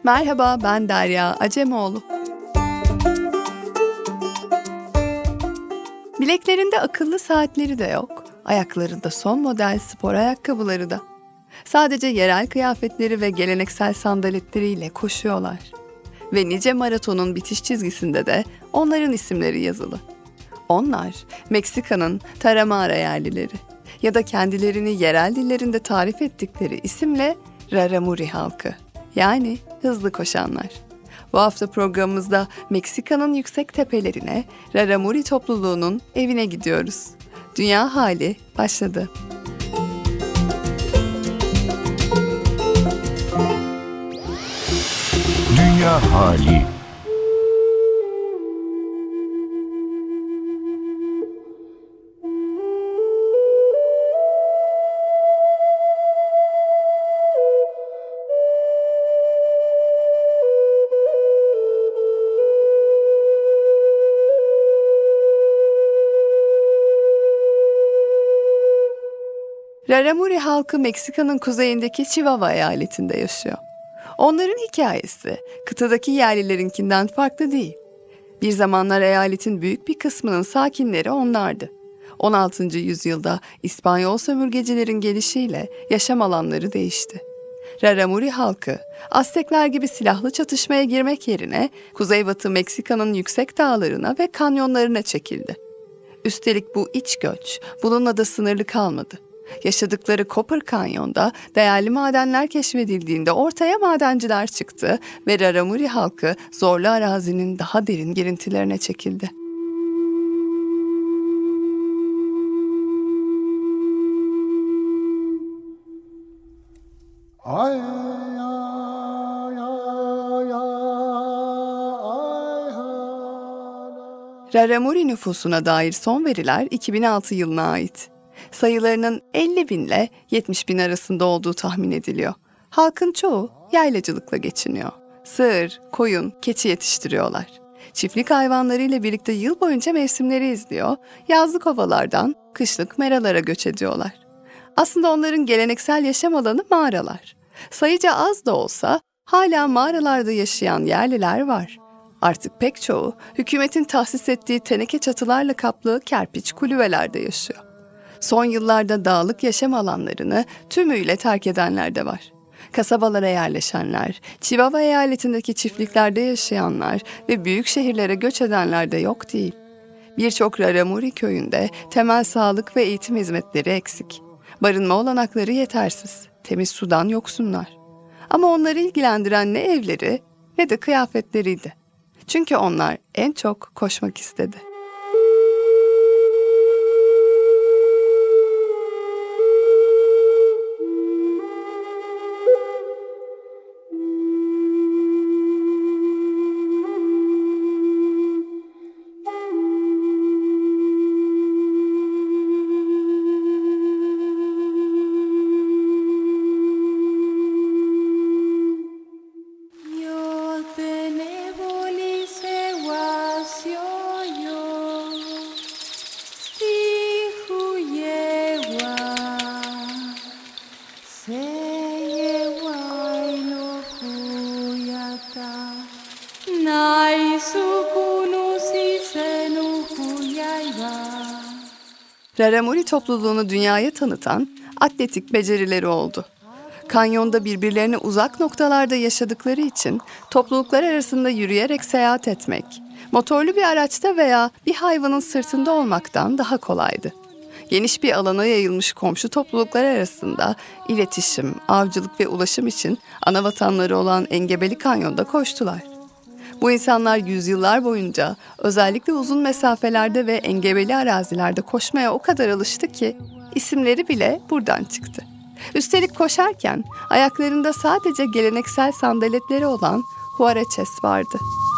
Merhaba, ben Derya Acemoğlu. Bileklerinde akıllı saatleri de yok, ayaklarında son model spor ayakkabıları da. Sadece yerel kıyafetleri ve geleneksel sandaletleriyle koşuyorlar. Ve nice maratonun bitiş çizgisinde de onların isimleri yazılı. Onlar, Meksika'nın Tarahumara yerlileri ya da kendilerini yerel dillerinde tarif ettikleri isimle Raramuri halkı, yani hızlı koşanlar. Bu hafta programımızda Meksika'nın yüksek tepelerine, Raramuri topluluğunun evine gidiyoruz. Dünya Hali başladı. Dünya Hali. Raramuri halkı Meksika'nın kuzeyindeki Chihuahua eyaletinde yaşıyor. Onların hikayesi kıtadaki yerlilerinkinden farklı değil. Bir zamanlar eyaletin büyük bir kısmının sakinleri onlardı. 16. yüzyılda İspanyol sömürgecilerin gelişiyle yaşam alanları değişti. Raramuri halkı, Aztekler gibi silahlı çatışmaya girmek yerine kuzeybatı Meksika'nın yüksek dağlarına ve kanyonlarına çekildi. Üstelik bu iç göç bununla da sınırlı kalmadı. Yaşadıkları Copper Kanyon'da değerli madenler keşfedildiğinde ortaya madenciler çıktı ve Raramuri halkı zorlu arazinin daha derin girintilerine çekildi. Raramuri nüfusuna dair son veriler 2006 yılına ait. Sayılarının 50 bin ile 70 bin arasında olduğu tahmin ediliyor. Halkın çoğu yaylacılıkla geçiniyor. Sığır, koyun, keçi yetiştiriyorlar. Çiftlik hayvanlarıyla birlikte yıl boyunca mevsimleri izliyor, yazlık ovalardan kışlık meralara göç ediyorlar. Aslında onların geleneksel yaşam alanı mağaralar. Sayıca az da olsa hala mağaralarda yaşayan yerliler var. Artık pek çoğu hükümetin tahsis ettiği teneke çatılarla kaplı kerpiç kulübelerde yaşıyor. Son yıllarda dağlık yaşam alanlarını tümüyle terk edenler de var. Kasabalara yerleşenler, Chihuahua eyaletindeki çiftliklerde yaşayanlar ve büyük şehirlere göç edenler de yok değil. Birçok Raramuri köyünde temel sağlık ve eğitim hizmetleri eksik. Barınma olanakları yetersiz, temiz sudan yoksunlar. Ama onları ilgilendiren ne evleri ne de kıyafetleriydi. Çünkü onlar en çok koşmak istedi. Raramuri topluluğunu dünyaya tanıtan atletik becerileri oldu. Kanyonda birbirlerine uzak noktalarda yaşadıkları için topluluklar arasında yürüyerek seyahat etmek, motorlu bir araçta veya bir hayvanın sırtında olmaktan daha kolaydı. Geniş bir alana yayılmış komşu topluluklar arasında iletişim, avcılık ve ulaşım için ana vatanları olan engebeli kanyonda koştular. Bu insanlar yüzyıllar boyunca özellikle uzun mesafelerde ve engebeli arazilerde koşmaya o kadar alıştı ki isimleri bile buradan çıktı. Üstelik koşarken ayaklarında sadece geleneksel sandaletleri olan huaraches vardı.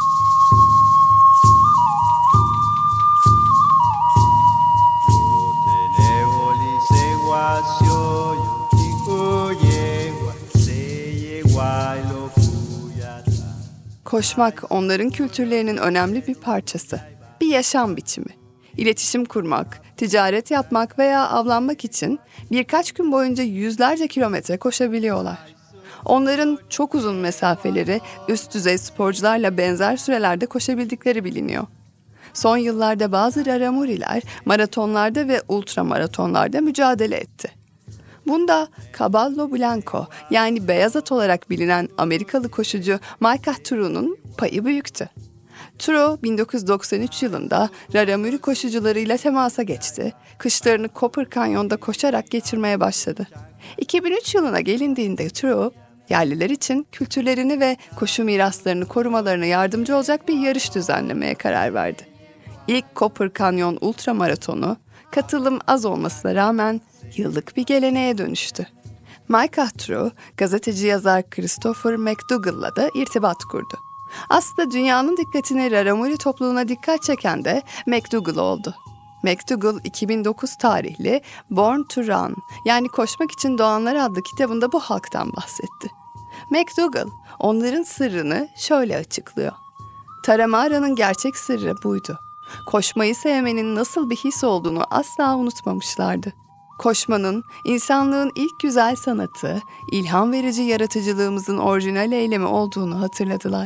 Koşmak onların kültürlerinin önemli bir parçası, bir yaşam biçimi. İletişim kurmak, ticaret yapmak veya avlanmak için birkaç gün boyunca yüzlerce kilometre koşabiliyorlar. Onların çok uzun mesafeleri üst düzey sporcularla benzer sürelerde koşabildikleri biliniyor. Son yıllarda bazı Raramuriler maratonlarda ve ultramaratonlarda mücadele etti. Bunda Caballo Blanco yani beyaz at olarak bilinen Amerikalı koşucu Micah True'nun payı büyüktü. True 1993 yılında Raramuri koşucularıyla temasa geçti. Kışlarını Copper Canyon'da koşarak geçirmeye başladı. 2003 yılına gelindiğinde True, yerliler için kültürlerini ve koşu miraslarını korumalarına yardımcı olacak bir yarış düzenlemeye karar verdi. İlk Copper Canyon ultramaratonu, katılım az olmasına rağmen yıllık bir geleneğe dönüştü. Micah True, gazeteci yazar Christopher McDougall'la da irtibat kurdu. Aslında dünyanın dikkatini Raramuri topluluğuna dikkat çeken de McDougall oldu. McDougall 2009 tarihli Born to Run yani Koşmak için Doğanlar adlı kitabında bu halktan bahsetti. McDougall onların sırrını şöyle açıklıyor. Taramara'nın gerçek sırrı buydu. Koşmayı sevmenin nasıl bir his olduğunu asla unutmamışlardı. Koşmanın, insanlığın ilk güzel sanatı, ilham verici yaratıcılığımızın orijinal eylemi olduğunu hatırladılar.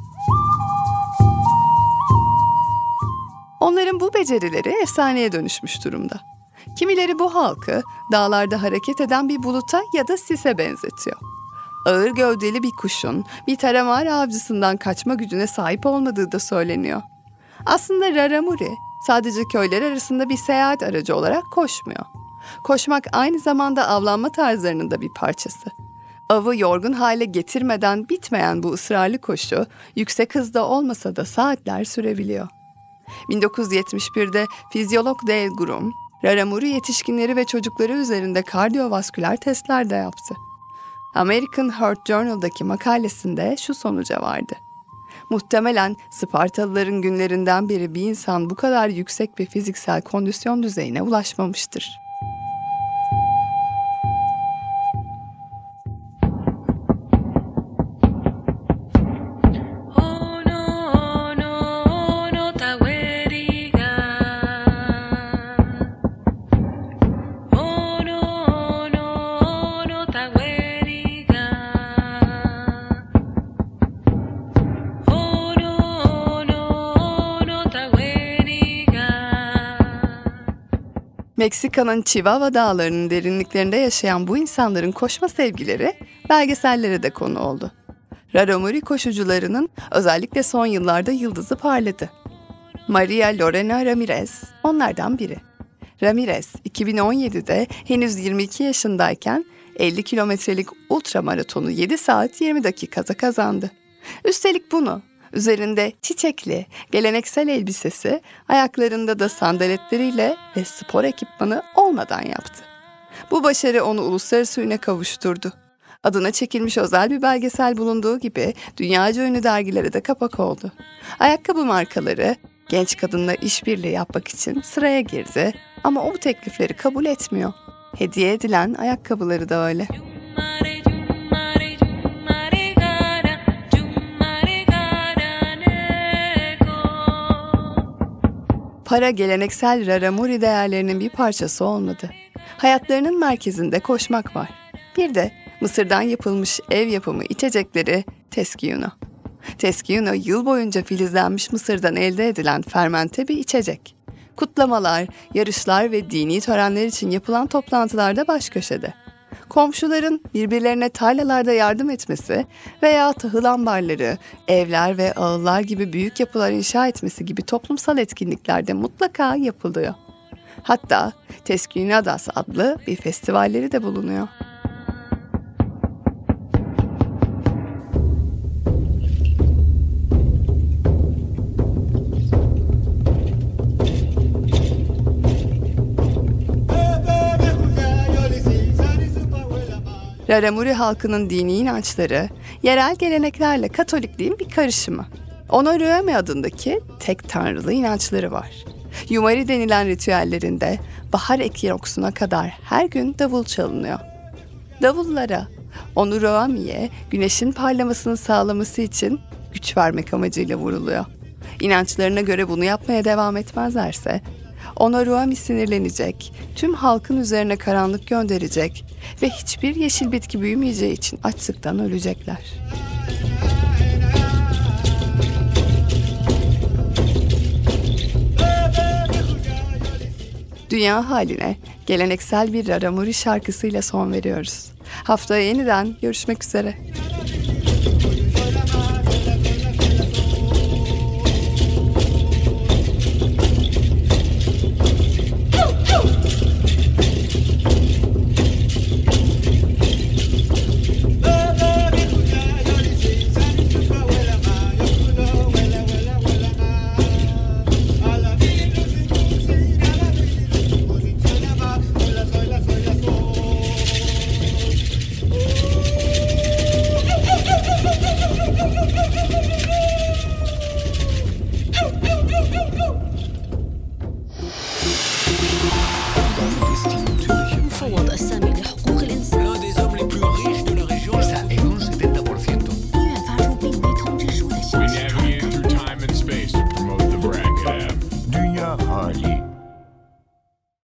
Onların bu becerileri efsaneye dönüşmüş durumda. Kimileri bu halkı dağlarda hareket eden bir buluta ya da sise benzetiyor. Ağır gövdeli bir kuşun bir taramara avcısından kaçma gücüne sahip olmadığı da söyleniyor. Aslında Raramuri sadece köyler arasında bir seyahat aracı olarak koşmuyor. Koşmak aynı zamanda avlanma tarzlarının da bir parçası. Avı yorgun hale getirmeden bitmeyen bu ısrarlı koşu yüksek hızda olmasa da saatler sürebiliyor. 1971'de fizyolog Dale Groom, Raramuri yetişkinleri ve çocukları üzerinde kardiyovasküler testler de yaptı. American Heart Journal'daki makalesinde şu sonuca vardı. Muhtemelen Spartalıların günlerinden beri bir insan bu kadar yüksek bir fiziksel kondisyon düzeyine ulaşmamıştır. Meksika'nın Chihuahua dağlarının derinliklerinde yaşayan bu insanların koşma sevgileri belgesellere de konu oldu. Raramuri koşucularının özellikle son yıllarda yıldızı parladı. Maria Lorena Ramirez onlardan biri. Ramirez 2017'de henüz 22 yaşındayken 50 kilometrelik ultramaratonu 7 saat 20 dakikada kazandı. Üstelik bunu üzerinde çiçekli, geleneksel elbisesi, ayaklarında da sandaletleriyle ve spor ekipmanı olmadan yaptı. Bu başarı onu uluslararası üne kavuşturdu. Adına çekilmiş özel bir belgesel bulunduğu gibi dünyaca ünlü dergilere de kapak oldu. Ayakkabı markaları genç kadınla işbirliği yapmak için sıraya girdi ama o bu teklifleri kabul etmiyor. Hediye edilen ayakkabıları da öyle. Para geleneksel Raramuri değerlerinin bir parçası olmadı. Hayatlarının merkezinde koşmak var. Bir de Mısır'dan yapılmış ev yapımı içecekleri Teskiyuno. Teskiyuno yıl boyunca filizlenmiş mısırdan elde edilen fermente bir içecek. Kutlamalar, yarışlar ve dini törenler için yapılan toplantılarda baş köşede. Komşuların birbirlerine tarlalarda yardım etmesi veya tahıl ambarları, evler ve ağıllar gibi büyük yapılar inşa etmesi gibi toplumsal etkinliklerde mutlaka yapılıyor. Hatta Teskiyunadas adlı bir festivalleri de bulunuyor. Raramuri halkının dini inançları, yerel geleneklerle Katolikliğin bir karışımı. Onoruame adındaki tek tanrılı inançları var. Yumari denilen ritüellerinde bahar ekinoksuna kadar her gün davul çalınıyor. Davullara, Onoruame'ye güneşin parlamasını sağlaması için güç vermek amacıyla vuruluyor. İnançlarına göre bunu yapmaya devam etmezlerse, Onoruami sinirlenecek, tüm halkın üzerine karanlık gönderecek ve hiçbir yeşil bitki büyümeyeceği için açlıktan ölecekler. Dünya haline geleneksel bir Raramuri şarkısıyla son veriyoruz. Haftaya yeniden görüşmek üzere.